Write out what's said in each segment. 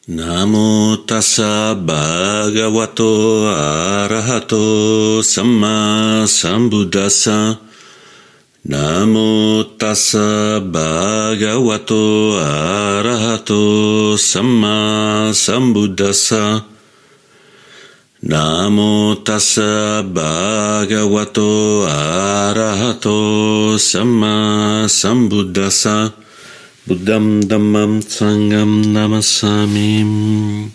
Namo tassa bhagavato arahato samma sambuddhassa. Namo tassa bhagavato arahato samma sambuddhassa. Namo tassa bhagavato arahato samma sambuddhassa. Buddham Dhammam Sangham Namassami.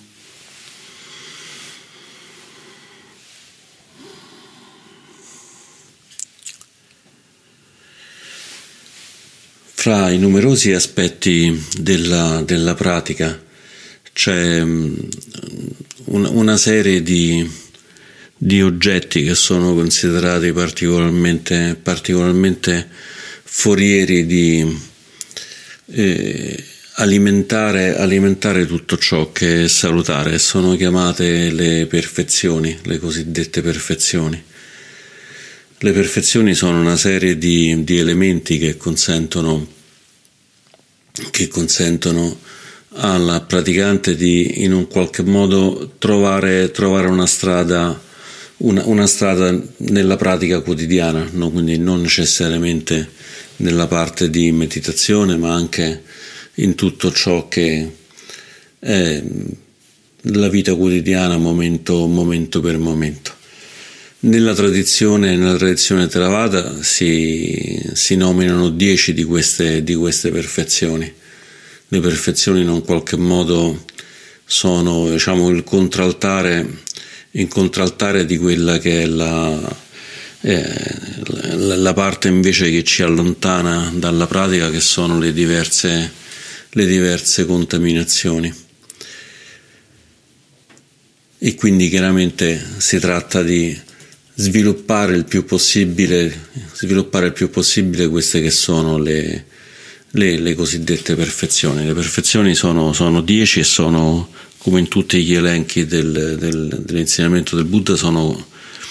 Fra i numerosi aspetti della pratica c'è una serie di oggetti che sono considerati particolarmente forieri di alimentare tutto ciò che è salutare. Sono chiamate le perfezioni, le cosiddette perfezioni. Le perfezioni sono una serie di elementi che consentono al praticante di in un qualche modo trovare una strada nella pratica quotidiana, no? Quindi non necessariamente nella parte di meditazione, ma anche in tutto ciò che è la vita quotidiana, momento per momento. Nella tradizione Theravada si nominano 10 di queste perfezioni. Le perfezioni in un qualche modo sono, diciamo, il contraltare di quella che è la parte invece che ci allontana dalla pratica, che sono le diverse contaminazioni. E quindi chiaramente si tratta di sviluppare il più possibile queste che sono le cosiddette perfezioni. Le perfezioni sono 10 e sono, come in tutti gli elenchi dell'insegnamento del Buddha, sono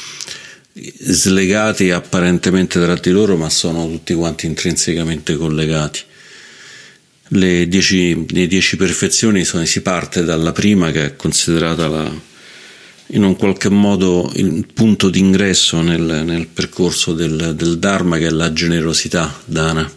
slegati apparentemente tra di loro, ma sono tutti quanti intrinsecamente collegati. Le 10 perfezioni si parte dalla prima, che è considerata in un qualche modo il punto d'ingresso nel percorso del Dharma, che è la generosità, dana.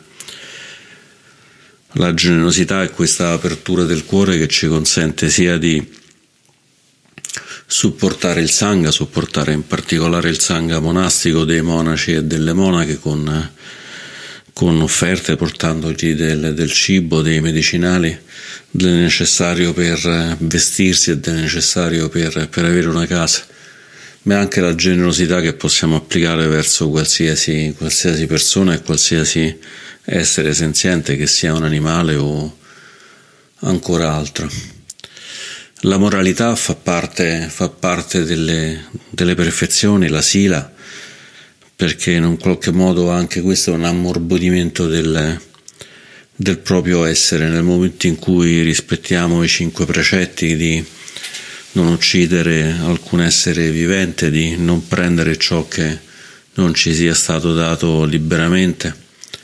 La generosità è questa apertura del cuore che ci consente sia di supportare il Sangha, supportare in particolare il Sangha monastico dei monaci e delle monache con offerte, portandogli del cibo, dei medicinali, del necessario per vestirsi e del necessario per avere una casa, ma anche la generosità che possiamo applicare verso qualsiasi persona e qualsiasi essere senziente, che sia un animale o ancora altro. La moralità fa parte delle perfezioni, la sila, perché in un qualche modo anche questo è un ammorbidimento del proprio essere. Nel momento in cui rispettiamo i 5 precetti di non uccidere alcun essere vivente, di non prendere ciò che non ci sia stato dato liberamente,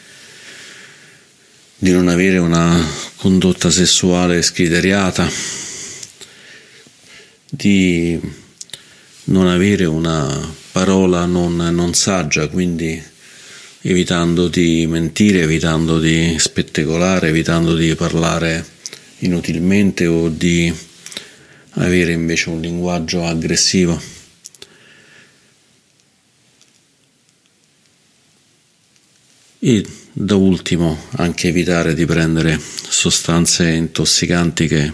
di non avere una condotta sessuale scriteriata, di non avere una parola non saggia, quindi evitando di mentire, evitando di spettacolare, evitando di parlare inutilmente o di avere invece un linguaggio aggressivo. E da ultimo anche evitare di prendere sostanze intossicanti che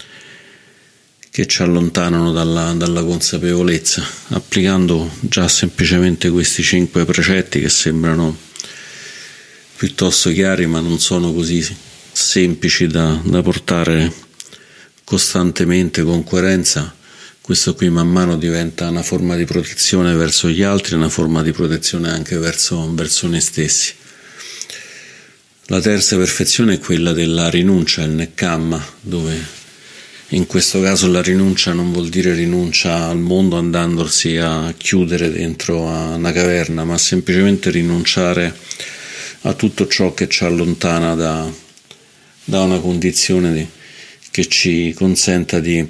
ci allontanano dalla consapevolezza, applicando già semplicemente questi 5 precetti, che sembrano piuttosto chiari ma non sono così semplici da portare costantemente con coerenza. Questo qui man mano diventa una forma di protezione verso gli altri, una forma di protezione anche verso noi stessi. La terza perfezione è quella della rinuncia, il nekkhamma, dove in questo caso la rinuncia non vuol dire rinuncia al mondo andandosi a chiudere dentro a una caverna, ma semplicemente rinunciare a tutto ciò che ci allontana da una condizione che ci consenta di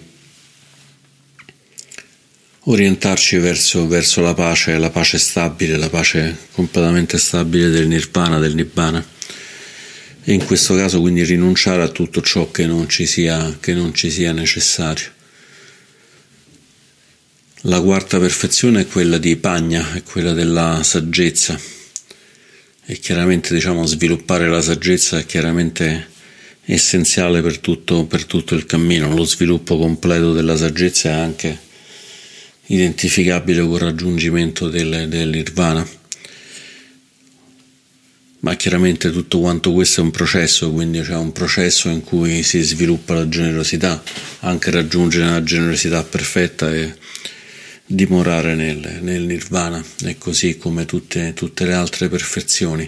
orientarci verso la pace stabile, la pace completamente stabile del nirvana, del nibbana, e in questo caso quindi rinunciare a tutto ciò che non ci sia necessario. La quarta perfezione è quella di Pagna, è quella della saggezza, e chiaramente sviluppare la saggezza è chiaramente essenziale per tutto il cammino. Lo sviluppo completo della saggezza è anche identificabile col raggiungimento del nirvana, ma chiaramente tutto quanto questo è un processo, quindi c'è un processo in cui si sviluppa la generosità, anche raggiungere una generosità perfetta e dimorare nel nirvana, e così come tutte le altre perfezioni.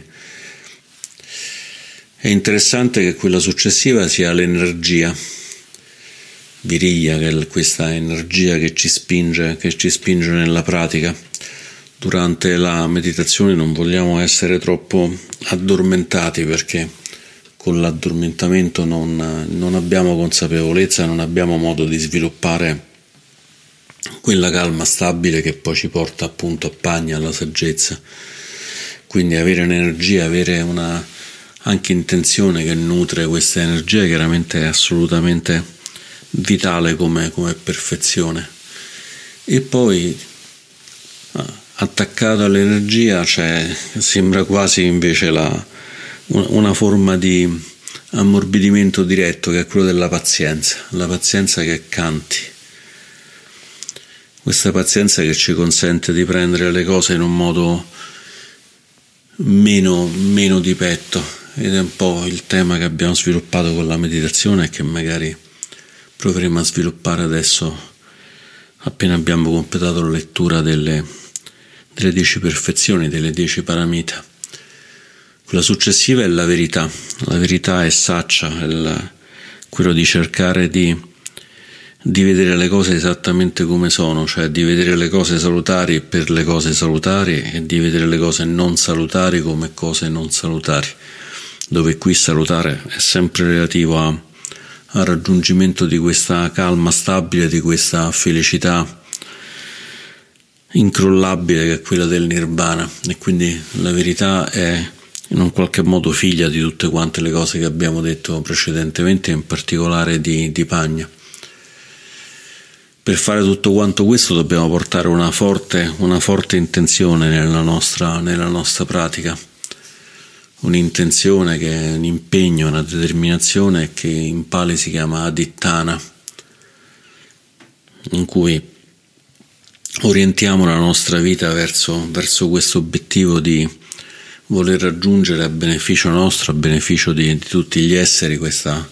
È interessante che quella successiva sia l'energia viriglia, che è questa energia che ci spinge nella pratica. Durante la meditazione non vogliamo essere troppo addormentati, perché con l'addormentamento non abbiamo consapevolezza, non abbiamo modo di sviluppare quella calma stabile che poi ci porta appunto a Pagna, alla saggezza. Quindi avere un'energia, avere una anche intenzione che nutre questa energia, chiaramente è assolutamente vitale come perfezione. E poi attaccato all'energia sembra quasi invece una forma di ammorbidimento diretto, che è quello della pazienza, la pazienza che canti. Questa pazienza che ci consente di prendere le cose in un modo meno di petto, ed è un po' il tema che abbiamo sviluppato con la meditazione e che magari proveremo a sviluppare adesso appena abbiamo completato la lettura delle 10 perfezioni, delle 10 paramita. Quella successiva è la verità. La verità è saccia, è quello di cercare di vedere le cose esattamente come sono, cioè di vedere le cose salutari per le cose salutari, e di vedere le cose non salutari come cose non salutari, dove qui salutare è sempre relativo al raggiungimento di questa calma stabile, di questa felicità incrollabile che è quella del nirvana. E quindi la verità è in un qualche modo figlia di tutte quante le cose che abbiamo detto precedentemente, in particolare di Pagna. Per fare tutto quanto questo dobbiamo portare una forte intenzione nella nostra pratica, un'intenzione che è un impegno, una determinazione che in Pali si chiama adhittana, in cui orientiamo la nostra vita verso questo obiettivo di voler raggiungere a beneficio nostro, a beneficio di tutti gli esseri, questa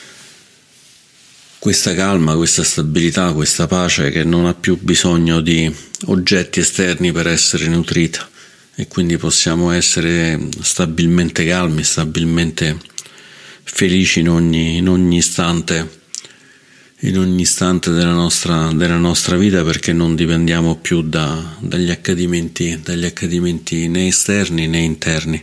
calma, questa stabilità, questa pace che non ha più bisogno di oggetti esterni per essere nutrita, e quindi possiamo essere stabilmente calmi, stabilmente felici in ogni istante della nostra vita, perché non dipendiamo più dagli accadimenti né esterni né interni.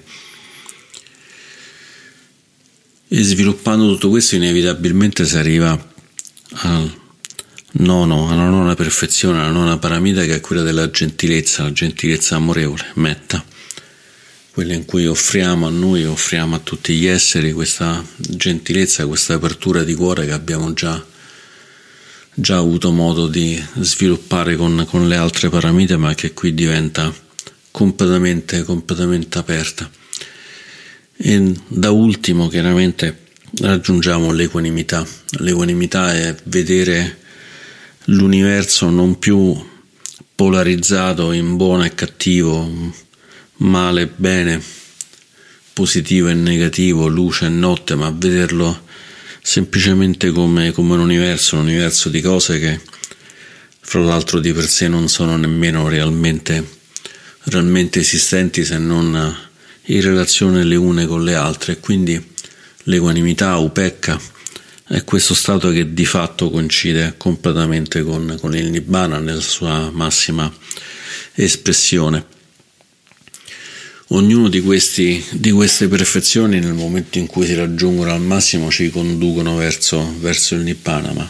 E sviluppando tutto questo inevitabilmente si arriva alla nona perfezione, alla nona paramita, che è quella della gentilezza, la gentilezza amorevole, metta, quella in cui offriamo a noi, offriamo a tutti gli esseri questa gentilezza, questa apertura di cuore che abbiamo già avuto modo di sviluppare con le altre paramite, ma che qui diventa completamente aperta. E da ultimo chiaramente raggiungiamo l'equanimità. L'equanimità è vedere l'universo non più polarizzato in buono e cattivo, male e bene, positivo e negativo, luce e notte, ma vederlo semplicemente come un universo di cose che fra l'altro di per sé non sono nemmeno realmente esistenti, se non in relazione le une con le altre. Quindi l'equanimità, upekkha, è questo stato che di fatto coincide completamente con il nibbana nella sua massima espressione. ognuno di queste perfezioni, nel momento in cui si raggiungono al massimo, ci conducono verso il Nibbana, ma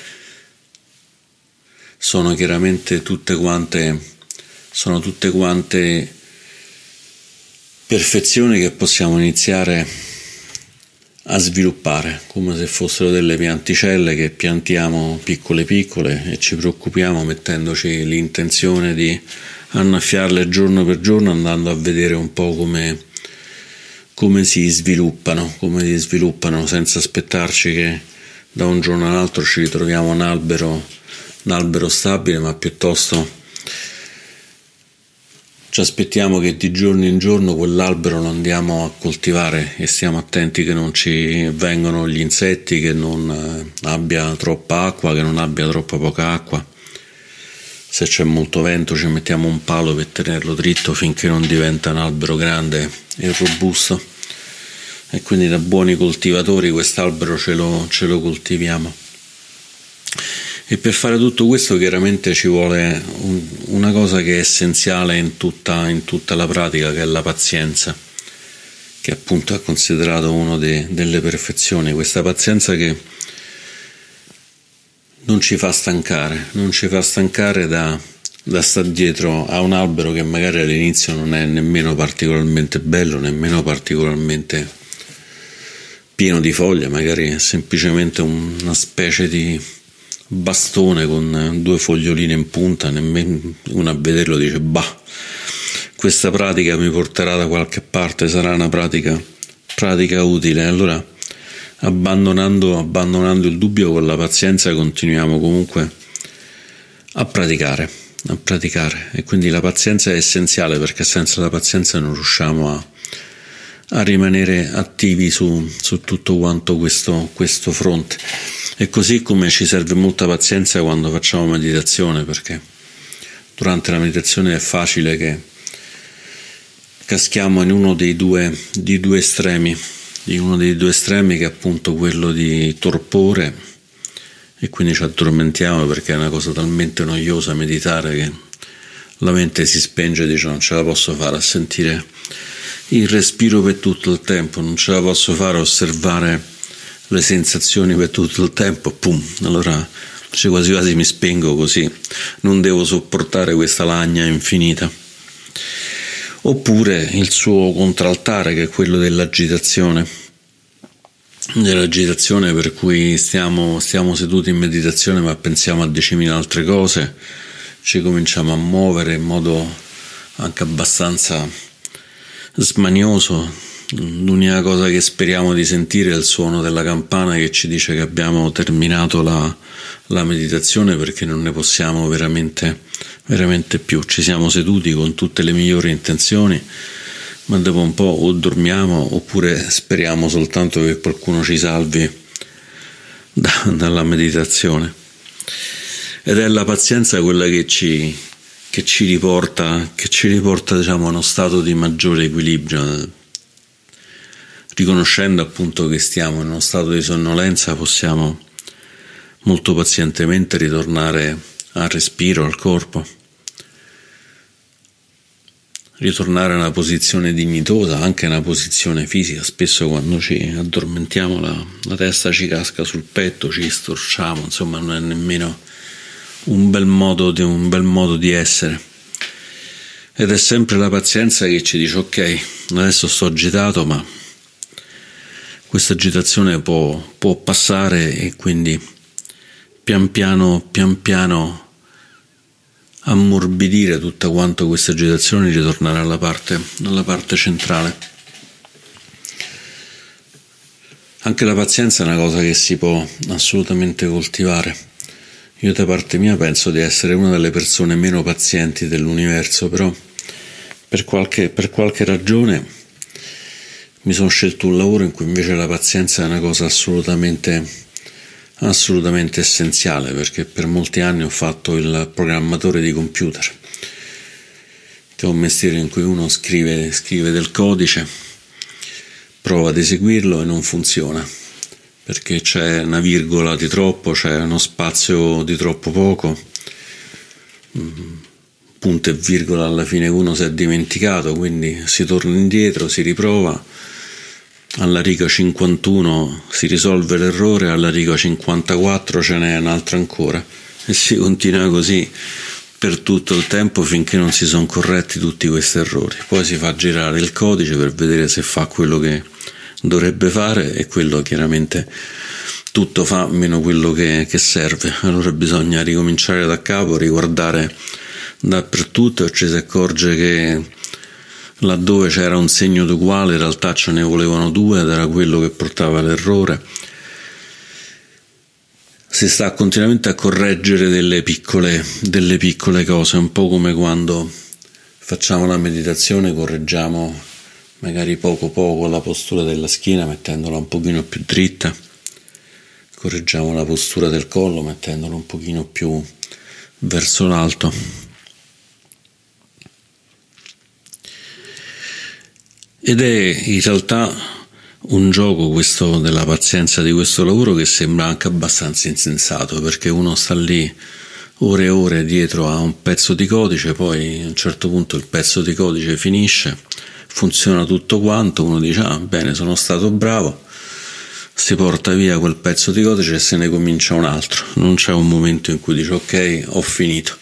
sono chiaramente tutte quante perfezioni che possiamo iniziare a sviluppare, come se fossero delle pianticelle che piantiamo piccole e ci preoccupiamo mettendoci l'intenzione di annaffiarle giorno per giorno, andando a vedere un po' come si sviluppano, senza aspettarci che da un giorno all'altro ci ritroviamo un albero stabile, ma piuttosto ci aspettiamo che di giorno in giorno quell'albero lo andiamo a coltivare e stiamo attenti che non ci vengano gli insetti, che non abbia troppa acqua, che non abbia troppa poca acqua. Se c'è molto vento ci mettiamo un palo per tenerlo dritto finché non diventa un albero grande e robusto, e quindi da buoni coltivatori quest'albero ce lo coltiviamo. E per fare tutto questo chiaramente ci vuole una cosa che è essenziale in tutta la pratica, che è la pazienza, che appunto è considerato una delle perfezioni. Questa pazienza che non ci fa stancare da stare dietro a un albero che magari all'inizio non è nemmeno particolarmente bello, nemmeno particolarmente pieno di foglie, magari è semplicemente una specie di bastone con due foglioline in punta, nemmeno uno a vederlo dice questa pratica mi porterà da qualche parte, sarà una pratica utile. Allora abbandonando il dubbio, con la pazienza continuiamo comunque a praticare, e quindi la pazienza è essenziale, perché senza la pazienza non riusciamo a rimanere attivi su tutto quanto questo fronte. E così come ci serve molta pazienza quando facciamo meditazione, perché durante la meditazione è facile che caschiamo in uno dei due estremi, che è appunto quello di torpore, e quindi ci addormentiamo perché è una cosa talmente noiosa meditare che la mente si spenge e dice non ce la posso fare a sentire il respiro per tutto il tempo, non ce la posso fare a osservare le sensazioni per tutto il tempo, allora quasi quasi mi spengo, così non devo sopportare questa lagna infinita. Oppure il suo contraltare, che è quello dell'agitazione, per cui stiamo seduti in meditazione ma pensiamo a 10.000 altre cose, ci cominciamo a muovere in modo anche abbastanza smanioso. L'unica cosa che speriamo di sentire è il suono della campana che ci dice che abbiamo terminato la meditazione, perché non ne possiamo veramente più. Ci siamo seduti con tutte le migliori intenzioni, ma dopo un po' o dormiamo oppure speriamo soltanto che qualcuno ci salvi dalla meditazione. Ed è la pazienza quella che ci riporta diciamo a uno stato di maggiore equilibrio. Riconoscendo appunto che stiamo in uno stato di sonnolenza, possiamo molto pazientemente ritornare al respiro, al corpo, ritornare a una posizione dignitosa, anche una posizione fisica. Spesso quando ci addormentiamo la testa ci casca sul petto, ci storciamo, insomma non è nemmeno un bel modo di essere. Ed è sempre la pazienza che ci dice ok, adesso sto agitato, ma questa agitazione può passare, e quindi pian piano ammorbidire tutta quanto questa agitazione e ritornare alla parte centrale. Anche la pazienza è una cosa che si può assolutamente coltivare. Io da parte mia penso di essere una delle persone meno pazienti dell'universo, però per qualche ragione mi sono scelto un lavoro in cui invece la pazienza è una cosa assolutamente essenziale, perché per molti anni ho fatto il programmatore di computer, che è un mestiere in cui uno scrive del codice, prova ad eseguirlo e non funziona, perché c'è una virgola di troppo, c'è uno spazio di troppo poco, punto e virgola alla fine uno si è dimenticato, quindi si torna indietro, si riprova, alla riga 51 si risolve l'errore, alla riga 54 ce n'è un altro ancora e si continua così per tutto il tempo finché non si sono corretti tutti questi errori. Poi si fa girare il codice per vedere se fa quello che dovrebbe fare, e quello chiaramente tutto fa meno quello che serve. Allora bisogna ricominciare da capo, riguardare dappertutto, e ci si accorge che laddove c'era un segno uguale in realtà ce ne volevano due ed era quello che portava all'errore. Si sta continuamente a correggere delle piccole cose, un po' come quando facciamo la meditazione, correggiamo magari poco la postura della schiena mettendola un pochino più dritta, correggiamo la postura del collo mettendola un pochino più verso l'alto. Ed è in realtà un gioco questo della pazienza di questo lavoro che sembra anche abbastanza insensato, perché uno sta lì ore e ore dietro a un pezzo di codice, poi a un certo punto il pezzo di codice finisce, funziona tutto quanto, uno dice bene, sono stato bravo, si porta via quel pezzo di codice e se ne comincia un altro. Non c'è un momento in cui dice ok, ho finito.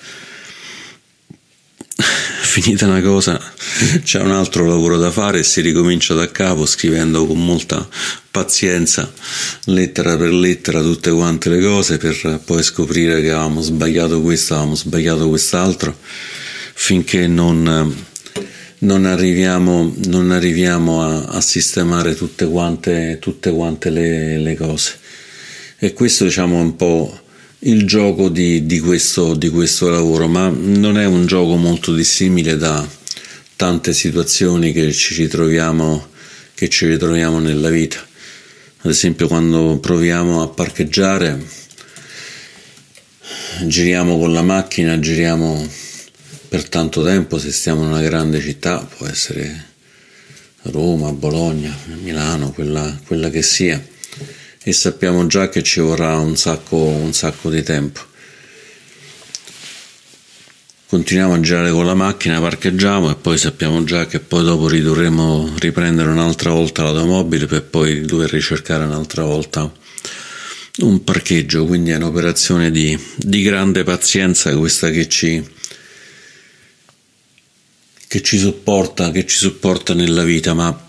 Finita una cosa, c'è un altro lavoro da fare e si ricomincia da capo, scrivendo con molta pazienza, lettera per lettera, tutte quante le cose, per poi scoprire che avevamo sbagliato questo, avevamo sbagliato quest'altro, finché non arriviamo a sistemare tutte quante le cose. E questo, diciamo, è un po' il gioco di questo lavoro, ma non è un gioco molto dissimile da tante situazioni che ci ritroviamo nella vita. Ad esempio, quando proviamo a parcheggiare, giriamo con la macchina, giriamo per tanto tempo. Se stiamo in una grande città, può essere Roma, Bologna, Milano, quella che sia, e sappiamo già che ci vorrà un sacco di tempo. Continuiamo a girare con la macchina, parcheggiamo e poi sappiamo già che poi dopo dovremo riprendere un'altra volta l'automobile per poi dover ricercare un'altra volta un parcheggio. Quindi è un'operazione di grande pazienza questa che ci supporta nella vita, ma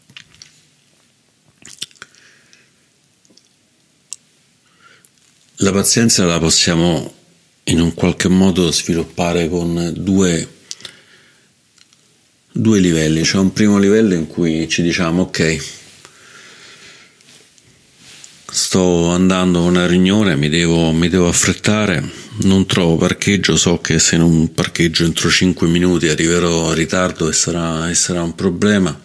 la pazienza la possiamo in un qualche modo sviluppare con due livelli. C'è un primo livello in cui ci diciamo ok, sto andando a una riunione, mi devo affrettare, non trovo parcheggio, so che se non parcheggio entro 5 minuti arriverò in ritardo e sarà un problema.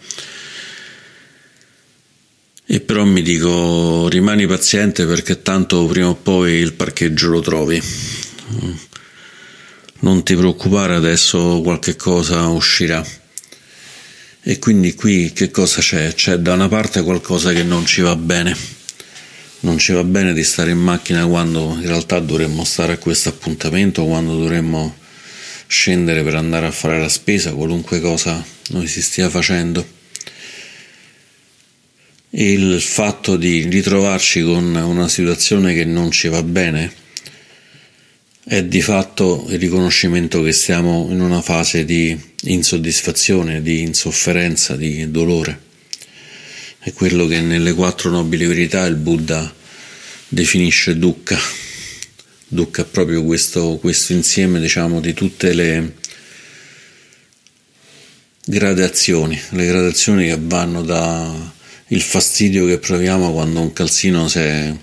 E però mi dico rimani paziente perché tanto prima o poi il parcheggio lo trovi, non ti preoccupare, adesso qualche cosa uscirà. E quindi qui che cosa c'è? C'è da una parte qualcosa che non ci va bene di stare in macchina quando in realtà dovremmo stare a questo appuntamento, quando dovremmo scendere per andare a fare la spesa, qualunque cosa noi si stia facendo. Il fatto di ritrovarci con una situazione che non ci va bene è di fatto il riconoscimento che stiamo in una fase di insoddisfazione, di insofferenza, di dolore. È quello che nelle 4 nobili verità il Buddha definisce dukkha. Dukkha è proprio questo insieme, diciamo, di tutte le gradazioni che vanno da il fastidio che proviamo quando un calzino si è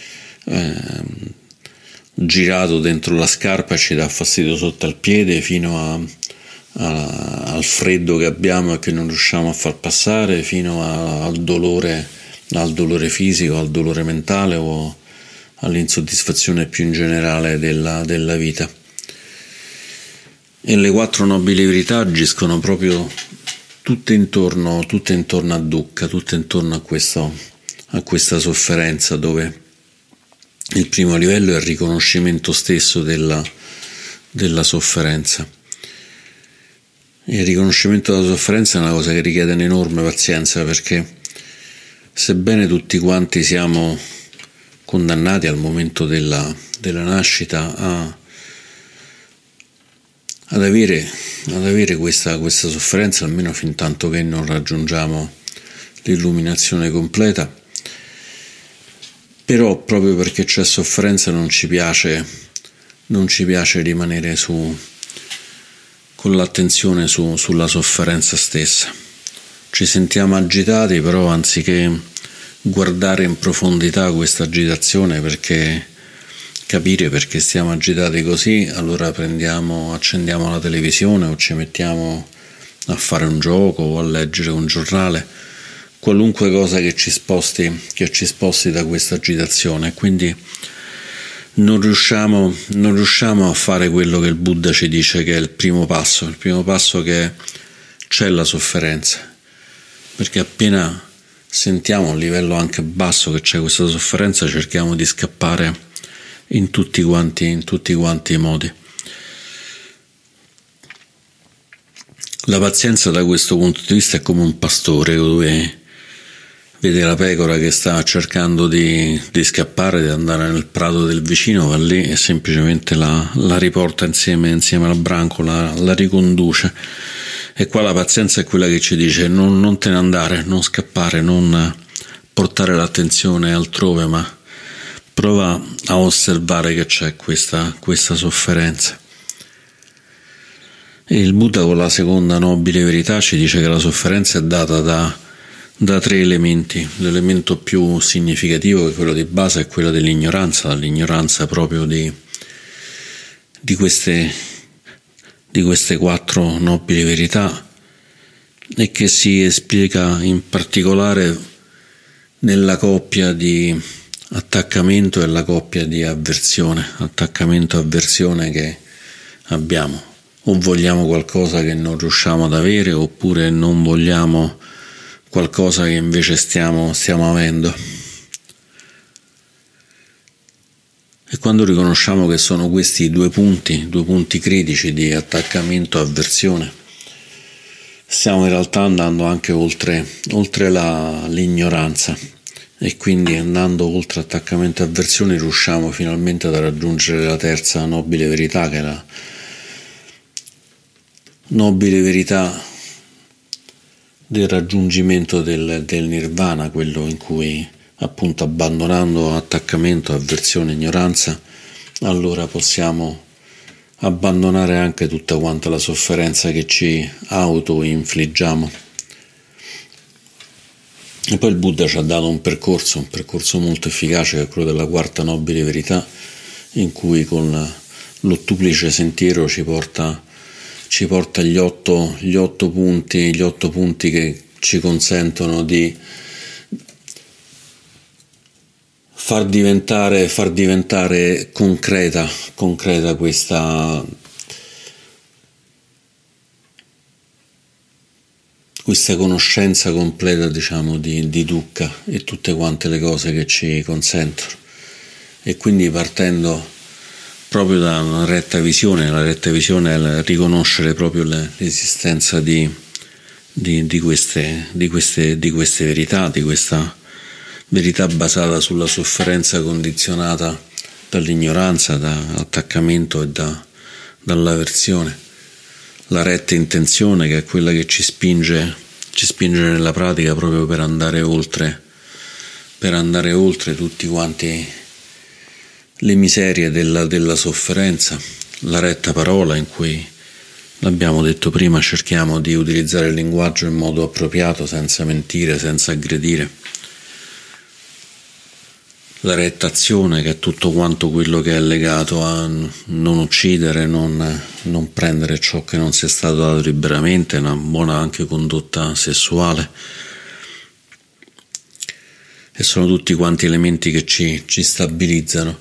girato dentro la scarpa e ci dà fastidio sotto al piede, fino al freddo che abbiamo e che non riusciamo a far passare, fino al dolore fisico, al dolore mentale o all'insoddisfazione più in generale della vita. E le 4 nobili verità agiscono proprio tutte intorno a dukkha, tutte intorno a questa sofferenza, dove il primo livello è il riconoscimento stesso della sofferenza. Il riconoscimento della sofferenza è una cosa che richiede un'enorme pazienza, perché sebbene tutti quanti siamo condannati al momento della nascita ad avere questa sofferenza, almeno fin tanto che non raggiungiamo l'illuminazione completa, però proprio perché c'è sofferenza non ci piace rimanere con l'attenzione sulla sofferenza stessa. Ci sentiamo agitati, però anziché guardare in profondità questa agitazione, perché capire perché stiamo agitati così, allora accendiamo la televisione o ci mettiamo a fare un gioco o a leggere un giornale, qualunque cosa che ci sposti da questa agitazione. Quindi non riusciamo a fare quello che il Buddha ci dice che è il primo passo che c'è la sofferenza, perché appena sentiamo a un livello anche basso che c'è questa sofferenza, cerchiamo di scappare in tutti quanti i modi. La pazienza da questo punto di vista è come un pastore dove vede la pecora che sta cercando di scappare, di andare nel prato del vicino, va lì e semplicemente la riporta insieme al branco, la riconduce. E qua la pazienza è quella che ci dice non te ne andare, non scappare, non portare l'attenzione altrove, ma prova a osservare che c'è questa sofferenza. E il Buddha, con la seconda nobile verità, ci dice che la sofferenza è data da tre elementi. L'elemento più significativo, che è quello di base, è quello dell'ignoranza, l'ignoranza proprio di queste quattro nobili verità, e che si esplica in particolare nella coppia di attaccamento e la coppia di avversione, attaccamento-avversione che abbiamo. O vogliamo qualcosa che non riusciamo ad avere, oppure non vogliamo qualcosa che invece stiamo avendo. E quando riconosciamo che sono questi due punti critici di attaccamento-avversione, stiamo in realtà andando anche oltre l'ignoranza. E quindi, andando oltre attaccamento e avversione, riusciamo finalmente ad raggiungere la terza nobile verità, che è la nobile verità del raggiungimento del nirvana, quello in cui, appunto, abbandonando attaccamento, avversione, ignoranza, allora possiamo abbandonare anche tutta quanta la sofferenza che ci auto-infliggiamo. E poi il Buddha ci ha dato un percorso molto efficace, che è quello della quarta nobile verità, in cui con l'ottuplice sentiero ci porta gli otto punti che ci consentono di far diventare concreta questa conoscenza completa, diciamo, di dukkha e tutte quante le cose che ci consentono. E quindi, partendo proprio da una retta visione, la retta visione è riconoscere proprio l'esistenza di queste verità, di questa verità basata sulla sofferenza condizionata dall'ignoranza, dall'attaccamento e dall'avversione. La retta intenzione, che è quella che ci spinge nella pratica proprio per andare oltre tutti quanti le miserie della sofferenza. La retta parola, in cui, l'abbiamo detto prima, cerchiamo di utilizzare il linguaggio in modo appropriato, senza mentire, senza aggredire. La retta azione, che è tutto quanto quello che è legato a non uccidere, non prendere ciò che non sia stato dato liberamente, una buona anche condotta sessuale. E sono tutti quanti elementi che ci stabilizzano.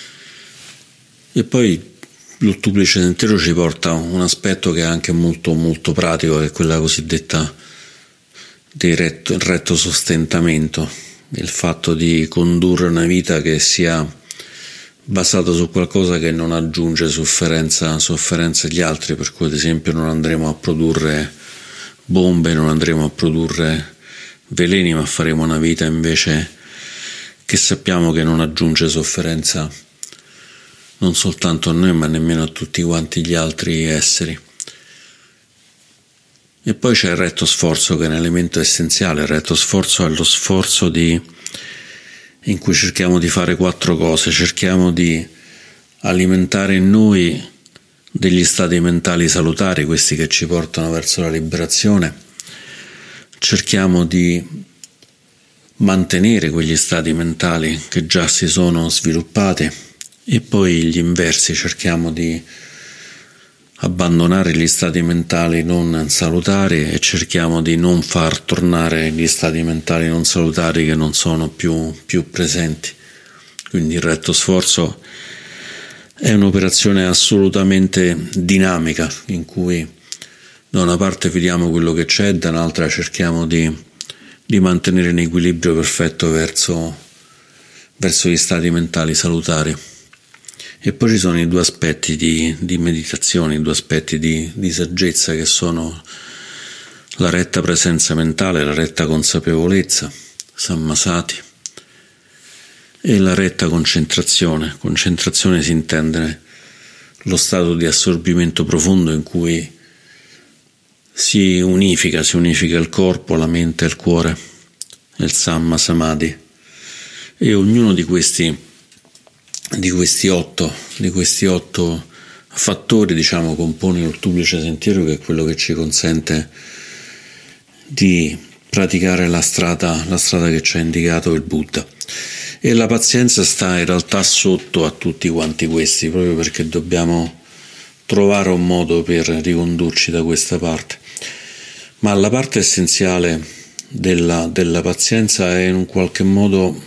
E poi l'ottuplice sentiero ci porta a un aspetto che è anche molto molto pratico, che è quella cosiddetta del retto sostentamento. Il fatto di condurre una vita che sia basato su qualcosa che non aggiunge sofferenza agli altri, per cui ad esempio non andremo a produrre bombe, non andremo a produrre veleni, ma faremo una vita invece che sappiamo che non aggiunge sofferenza non soltanto a noi, ma nemmeno a tutti quanti gli altri esseri. E poi c'è il retto sforzo, che è un elemento essenziale. Il retto sforzo è lo sforzo in cui cerchiamo di fare 4 cose. Cerchiamo di alimentare in noi degli stati mentali salutari, questi che ci portano verso la liberazione. Cerchiamo di mantenere quegli stati mentali che già si sono sviluppati, e poi gli inversi, cerchiamo di abbandonare gli stati mentali non salutari e cerchiamo di non far tornare gli stati mentali non salutari che non sono più presenti. Quindi il retto sforzo è un'operazione assolutamente dinamica, in cui da una parte vediamo quello che c'è, da un'altra cerchiamo di mantenere in equilibrio perfetto verso gli stati mentali salutari. E poi ci sono i 2 aspetti di meditazione, i 2 aspetti di saggezza, che sono la retta presenza mentale, la retta consapevolezza, sammasati, e la retta concentrazione. Concentrazione si intende lo stato di assorbimento profondo in cui si unifica il corpo, la mente e il cuore, il samma samadhi, e ognuno di questi 8 fattori, diciamo, compone il duplice sentiero, che è quello che ci consente di praticare la strada che ci ha indicato il Buddha. E la pazienza sta in realtà sotto a tutti quanti questi, proprio perché dobbiamo trovare un modo per ricondurci da questa parte. Ma la parte essenziale della pazienza è in un qualche modo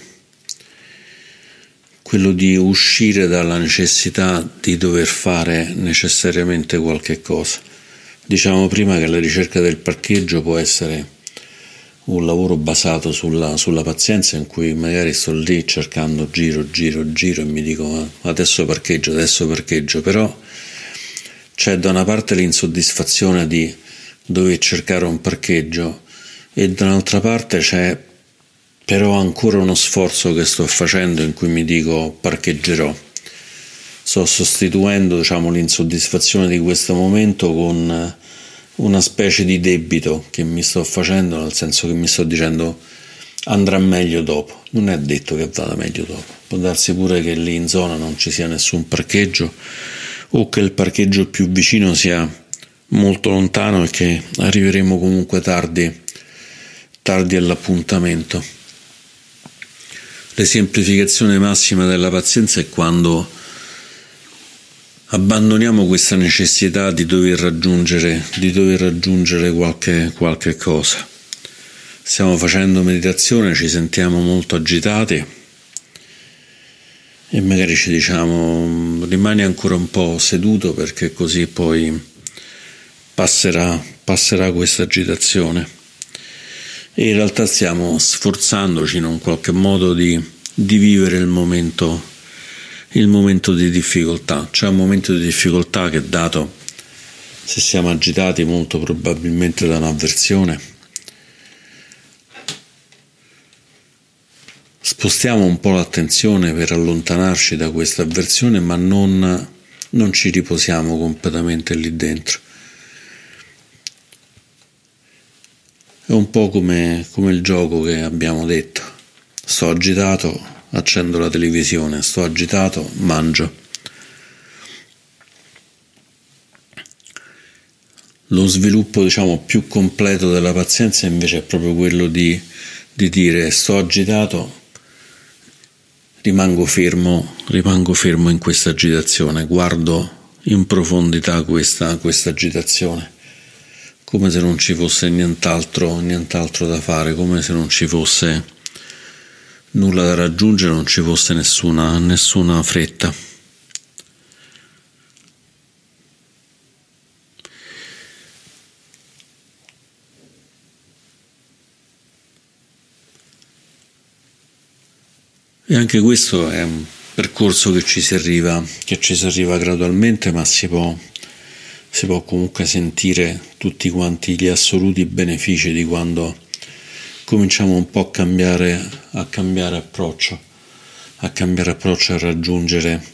quello di uscire dalla necessità di dover fare necessariamente qualche cosa. Diciamo prima che la ricerca del parcheggio può essere un lavoro basato sulla pazienza, in cui magari sto lì cercando giro e mi dico adesso parcheggio, però c'è da una parte l'insoddisfazione di dover cercare un parcheggio, e da un'altra parte c'è però ancora uno sforzo che sto facendo, in cui mi dico parcheggerò. Sto sostituendo, diciamo, l'insoddisfazione di questo momento con una specie di debito che mi sto facendo, nel senso che mi sto dicendo andrà meglio dopo. Non è detto che vada meglio dopo, può darsi pure che lì in zona non ci sia nessun parcheggio, o che il parcheggio più vicino sia molto lontano e che arriveremo comunque tardi all'appuntamento. L'esemplificazione massima della pazienza è quando abbandoniamo questa necessità di dover raggiungere qualche cosa. Stiamo facendo meditazione, ci sentiamo molto agitati e magari ci diciamo rimani ancora un po' seduto, perché così poi passerà questa agitazione. E in realtà stiamo sforzandoci in un qualche modo di vivere il momento di difficoltà. C'è un momento di difficoltà che, dato se siamo agitati molto probabilmente da un'avversione, spostiamo un po' l'attenzione per allontanarci da questa avversione, ma non ci riposiamo completamente lì dentro. È un po' come il gioco che abbiamo detto: sto agitato, accendo la televisione, sto agitato, mangio. Lo sviluppo, diciamo, più completo della pazienza invece è proprio quello di dire sto agitato, rimango fermo in questa agitazione, guardo in profondità questa agitazione, come se non ci fosse nient'altro da fare, come se non ci fosse nulla da raggiungere, non ci fosse nessuna fretta. E anche questo è percorso che ci si arriva gradualmente, ma si può comunque sentire tutti quanti gli assoluti benefici di quando cominciamo un po' a cambiare approccio, a raggiungere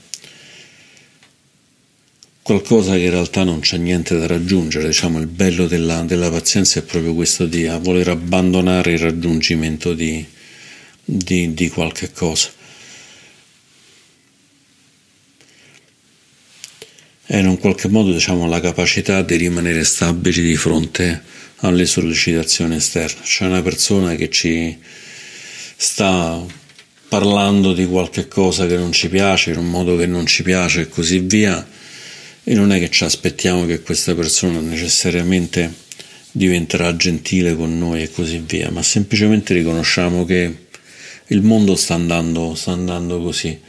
qualcosa che in realtà non c'è niente da raggiungere. Diciamo, il bello della pazienza è proprio questo, di voler abbandonare il raggiungimento di qualche cosa. È in un qualche modo, diciamo, la capacità di rimanere stabili di fronte alle sollecitazioni esterne. C'è una persona che ci sta parlando di qualche cosa che non ci piace, in un modo che non ci piace e così via, e non è che ci aspettiamo che questa persona necessariamente diventerà gentile con noi e così via, ma semplicemente riconosciamo che il mondo sta andando così.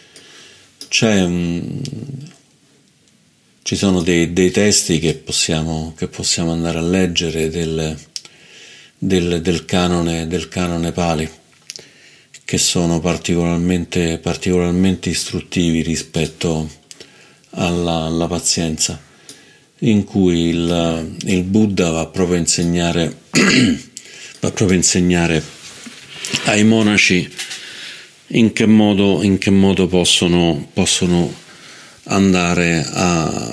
Ci sono dei testi che possiamo andare a leggere del canone Pali, che sono particolarmente istruttivi rispetto alla pazienza, in cui il Buddha va proprio a insegnare ai monaci in che modo possono andare a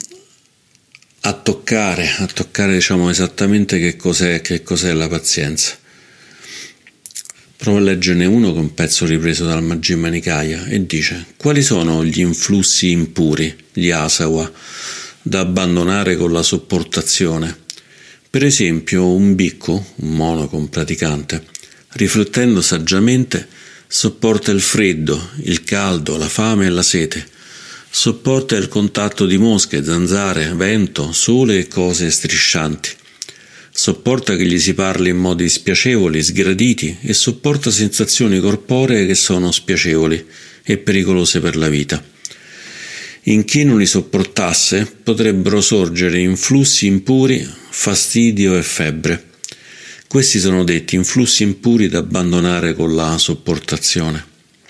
toccare, diciamo, esattamente che cos'è la pazienza. Provo a leggerne uno con un pezzo ripreso dal Majjhima Nikaya e dice: quali sono gli influssi impuri, gli asawa, da abbandonare con la sopportazione? Per esempio, un bhikkhu, un monaco, un praticante, riflettendo saggiamente, sopporta il freddo, il caldo, la fame e la sete. Sopporta il contatto di mosche, zanzare, vento, sole e cose striscianti. Sopporta che gli si parli in modi spiacevoli, sgraditi, e sopporta sensazioni corporee che sono spiacevoli e pericolose per la vita. In chi non li sopportasse potrebbero sorgere influssi impuri, fastidio e febbre. Questi sono detti influssi impuri da abbandonare con la sopportazione.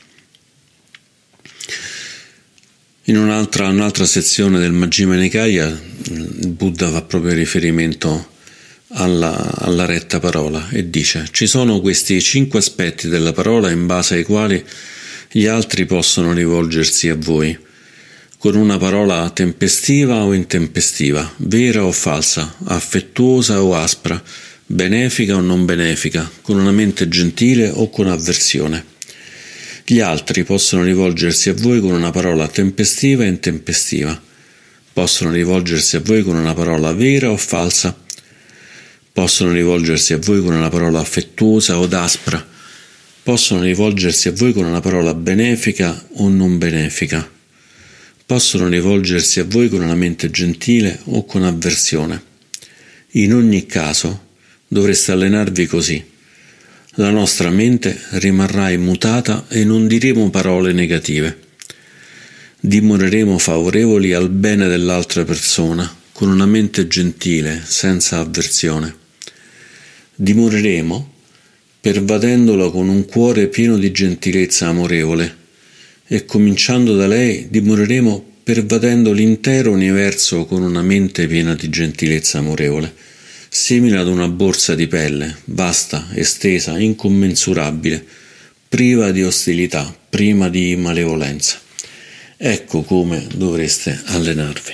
In un'altra sezione del Majjhima Nikaya il Buddha fa proprio riferimento alla retta parola e dice: ci sono questi 5 aspetti della parola in base ai quali gli altri possono rivolgersi a voi, con una parola tempestiva o intempestiva, vera o falsa, affettuosa o aspra, benefica o non benefica, con una mente gentile o con avversione. Gli altri possono rivolgersi a voi con una parola tempestiva e intempestiva, possono rivolgersi a voi con una parola vera o falsa, possono rivolgersi a voi con una parola affettuosa o aspra, possono rivolgersi a voi con una parola benefica o non benefica, possono rivolgersi a voi con una mente gentile o con avversione. In ogni caso dovreste allenarvi così. La nostra mente rimarrà immutata e non diremo parole negative. Dimoreremo favorevoli al bene dell'altra persona, con una mente gentile, senza avversione. Dimoreremo pervadendolo con un cuore pieno di gentilezza amorevole, e cominciando da lei dimoreremo pervadendo l'intero universo con una mente piena di gentilezza amorevole, simile ad una borsa di pelle, vasta, estesa, incommensurabile, priva di ostilità, prima di malevolenza. Ecco come dovreste allenarvi.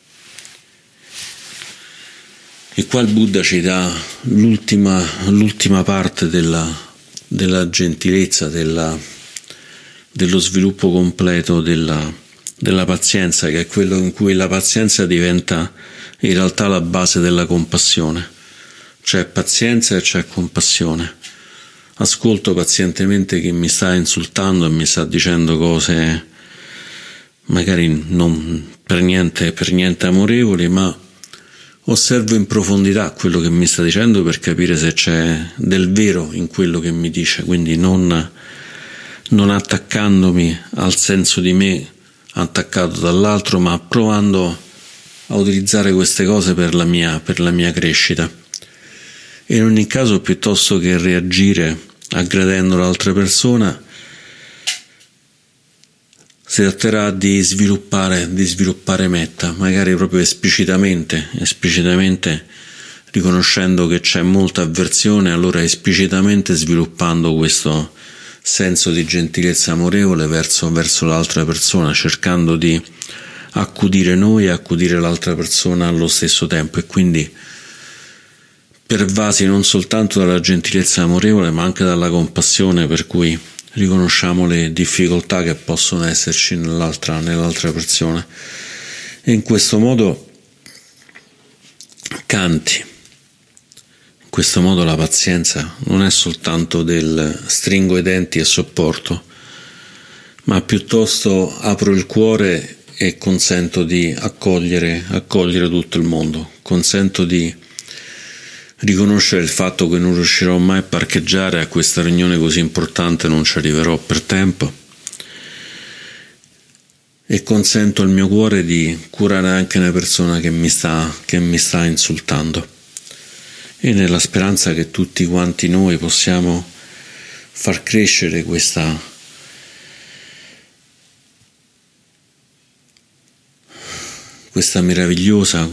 E qua il Buddha ci dà l'ultima parte della gentilezza, dello sviluppo completo della pazienza, che è quello in cui la pazienza diventa in realtà la base della compassione. C'è pazienza e c'è compassione. Ascolto pazientemente chi mi sta insultando e mi sta dicendo cose magari non per niente amorevoli, ma osservo in profondità quello che mi sta dicendo per capire se c'è del vero in quello che mi dice, quindi non attaccandomi al senso di me attaccato dall'altro, ma provando a utilizzare queste cose per la mia crescita. E in ogni caso, piuttosto che reagire aggredendo l'altra persona, Si tratterà di sviluppare metta, magari proprio esplicitamente, riconoscendo che c'è molta avversione, allora esplicitamente sviluppando questo senso di gentilezza amorevole verso l'altra persona, cercando di accudire noi e accudire l'altra persona allo stesso tempo, e quindi pervasi non soltanto dalla gentilezza amorevole ma anche dalla compassione, per cui riconosciamo le difficoltà che possono esserci nell'altra persona, e in questo modo canti. In questo modo la pazienza non è soltanto del stringo i denti e sopporto, ma piuttosto apro il cuore e consento di accogliere tutto il mondo, consento di riconoscere il fatto che non riuscirò mai a parcheggiare a questa riunione così importante, non ci arriverò per tempo, e consento al mio cuore di curare anche una persona che mi sta insultando, e nella speranza che tutti quanti noi possiamo far crescere questa meravigliosa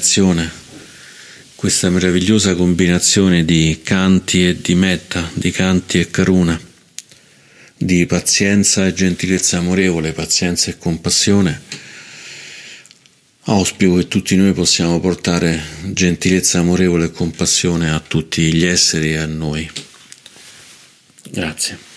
combinazione di canti e di metta, di canti e karuna, di pazienza e gentilezza amorevole, pazienza e compassione. Auspico che tutti noi possiamo portare gentilezza amorevole e compassione a tutti gli esseri e a noi. Grazie.